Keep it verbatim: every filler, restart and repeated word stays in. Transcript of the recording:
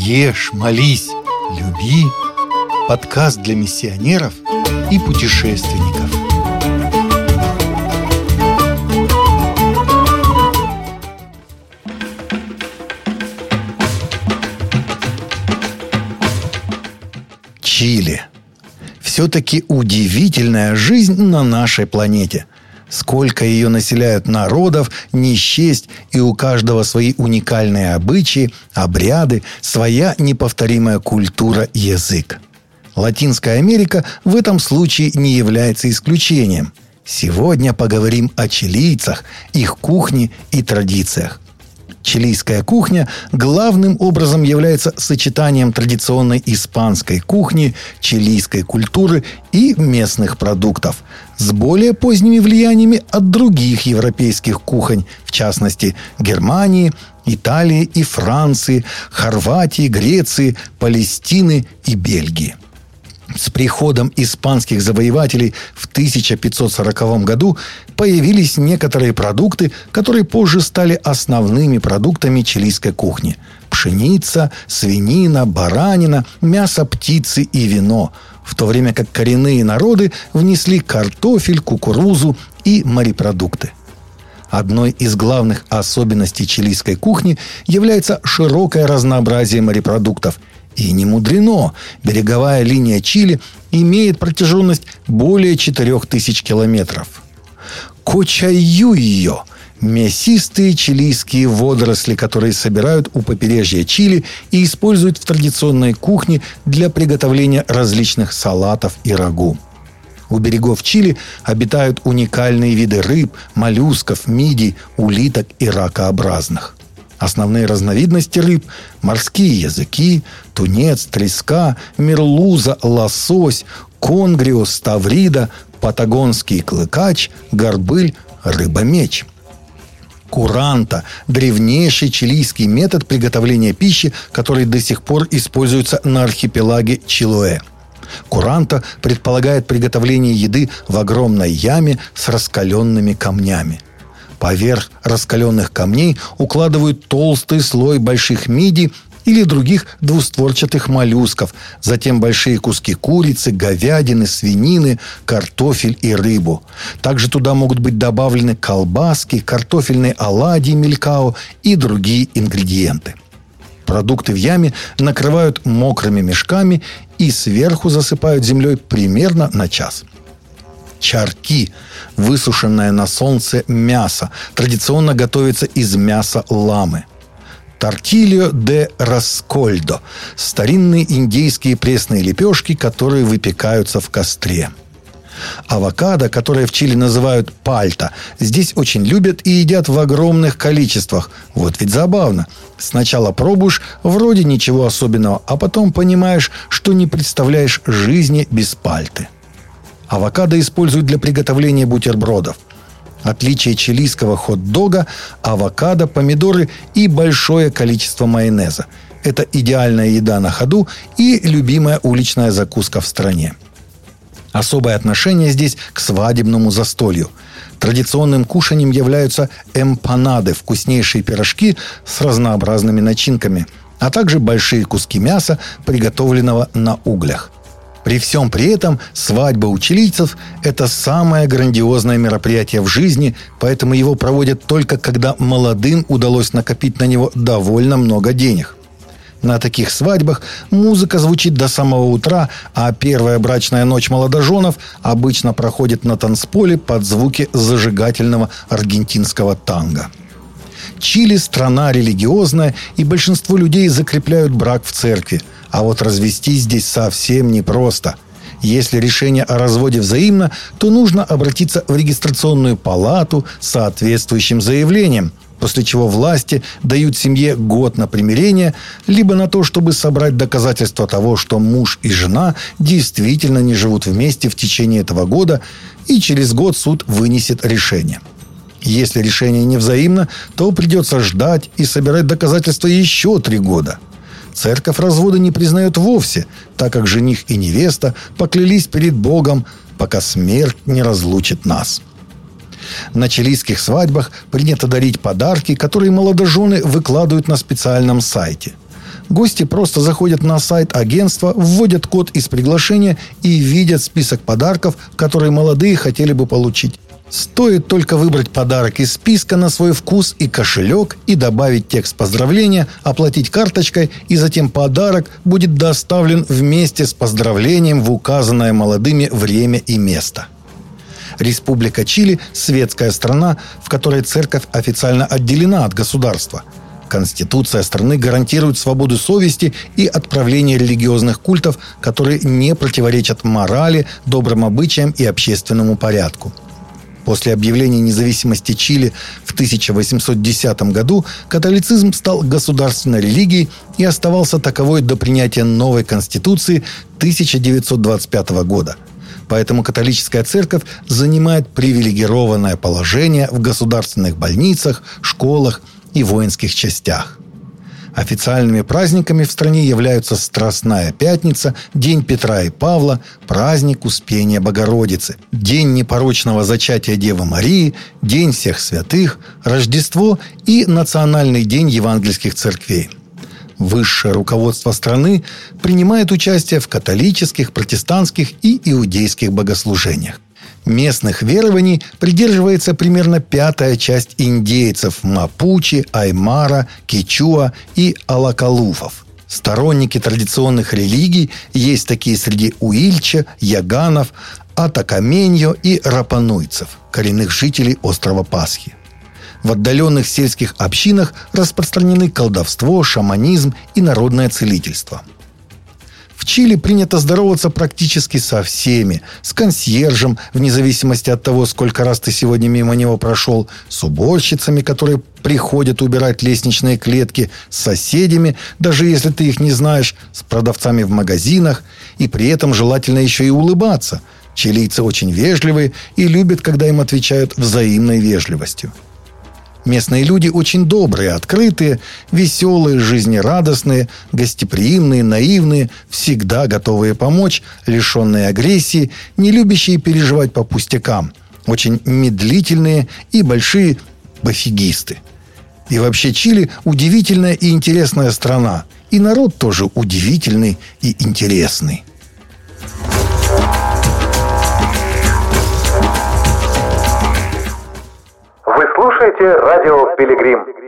Ешь, молись, люби. Подкаст для миссионеров и путешественников. Чили. Все-таки удивительная жизнь на нашей планете. Сколько ее населяют народов, не счесть, и у каждого свои уникальные обычаи, обряды, своя неповторимая культура, язык. Латинская Америка в этом случае не является исключением. Сегодня поговорим о чилийцах, их кухне и традициях. Чилийская кухня главным образом является сочетанием традиционной испанской кухни, чилийской культуры и местных продуктов с более поздними влияниями от других европейских кухонь, в частности Германии, Италии и Франции, Хорватии, Греции, Палестины и Бельгии. С приходом испанских завоевателей в тысяча пятьсот сороковом году появились некоторые продукты, которые позже стали основными продуктами чилийской кухни. Пшеница, свинина, баранина, мясо птицы и вино. В то время как коренные народы внесли картофель, кукурузу и морепродукты. Одной из главных особенностей чилийской кухни является широкое разнообразие морепродуктов. И не мудрено, береговая линия Чили имеет протяженность более четырех тысяч километров. Кочайюйо – мясистые чилийские водоросли, которые собирают у побережья Чили и используют в традиционной кухне для приготовления различных салатов и рагу. У берегов Чили обитают уникальные виды рыб, моллюсков, мидий, улиток и ракообразных. Основные разновидности рыб – морские языки, тунец, треска, мерлуза, лосось, конгрио, ставрида, патагонский клыкач, горбыль, рыба-меч. Куранта – древнейший чилийский метод приготовления пищи, который до сих пор используется на архипелаге Чилуэ. Куранта предполагает приготовление еды в огромной яме с раскаленными камнями. Поверх раскаленных камней укладывают толстый слой больших мидий или других двустворчатых моллюсков, затем большие куски курицы, говядины, свинины, картофель и рыбу. Также туда могут быть добавлены колбаски, картофельные оладьи мелькао и другие ингредиенты. Продукты в яме накрывают мокрыми мешками и сверху засыпают землей примерно на час. Чарки – высушенное на солнце мясо. Традиционно готовится из мяса ламы. Тортильо де раскольдо – старинные индейские пресные лепешки, которые выпекаются в костре. Авокадо, которое в Чили называют пальта, здесь очень любят и едят в огромных количествах. Вот ведь забавно. Сначала пробуешь, вроде ничего особенного, а потом понимаешь, что не представляешь жизни без пальты. Авокадо используют для приготовления бутербродов. Отличие чилийского хот-дога – авокадо, помидоры и большое количество майонеза. Это идеальная еда на ходу и любимая уличная закуска в стране. Особое отношение здесь к свадебному застолью. Традиционным кушаньем являются эмпанады – вкуснейшие пирожки с разнообразными начинками, а также большие куски мяса, приготовленного на углях. При всем при этом свадьба у чилийцев – это самое грандиозное мероприятие в жизни, поэтому его проводят только когда молодым удалось накопить на него довольно много денег. На таких свадьбах музыка звучит до самого утра, а первая брачная ночь молодоженов обычно проходит на танцполе под звуки зажигательного аргентинского танго. Чили – страна религиозная, и большинство людей закрепляют брак в церкви. А вот развестись здесь совсем непросто. Если решение о разводе взаимно, то нужно обратиться в регистрационную палату с соответствующим заявлением, после чего власти дают семье год на примирение, либо на то, чтобы собрать доказательства того, что муж и жена действительно не живут вместе в течение этого года, и через год суд вынесет решение. Если решение не взаимно, то придется ждать и собирать доказательства еще три года. Церковь развода не признает вовсе, так как жених и невеста поклялись перед Богом, пока смерть не разлучит нас. На чилийских свадьбах принято дарить подарки, которые молодожены выкладывают на специальном сайте. Гости просто заходят на сайт агентства, вводят код из приглашения и видят список подарков, которые молодые хотели бы получить. Стоит только выбрать подарок из списка на свой вкус и кошелек и добавить текст поздравления, оплатить карточкой, и затем подарок будет доставлен вместе с поздравлением в указанное молодыми время и место. Республика Чили – светская страна, в которой церковь официально отделена от государства. Конституция страны гарантирует свободу совести и отправление религиозных культов, которые не противоречат морали, добрым обычаям и общественному порядку. После объявления независимости Чили в тысяча восемьсот десятом году католицизм стал государственной религией и оставался таковой до принятия новой конституции тысяча девятьсот двадцать пятого года. Поэтому католическая церковь занимает привилегированное положение в государственных больницах, школах и воинских частях. Официальными праздниками в стране являются Страстная Пятница, День Петра и Павла, праздник Успения Богородицы, День непорочного зачатия Девы Марии, День всех святых, Рождество и Национальный день евангельских церквей. Высшее руководство страны принимает участие в католических, протестантских и иудейских богослужениях. Местных верований придерживается примерно пятая часть индейцев мапучи, аймара, кичуа и алакалуфов. Сторонники традиционных религий есть такие среди уильча, яганов, атакаменьо и рапануйцев, коренных жителей острова Пасхи. В отдаленных сельских общинах распространены колдовство, шаманизм и народное целительство. В Чили принято здороваться практически со всеми. С консьержем, вне зависимости от того, сколько раз ты сегодня мимо него прошел, с уборщицами, которые приходят убирать лестничные клетки, с соседями, даже если ты их не знаешь, с продавцами в магазинах. И при этом желательно еще и улыбаться. Чилийцы очень вежливые и любят, когда им отвечают взаимной вежливостью. Местные люди очень добрые, открытые, веселые, жизнерадостные, гостеприимные, наивные, всегда готовые помочь, лишенные агрессии, не любящие переживать по пустякам, очень медлительные и большие пофигисты. И вообще Чили удивительная и интересная страна. И народ тоже удивительный и интересный. Вы слушаете радио «Пилигрим».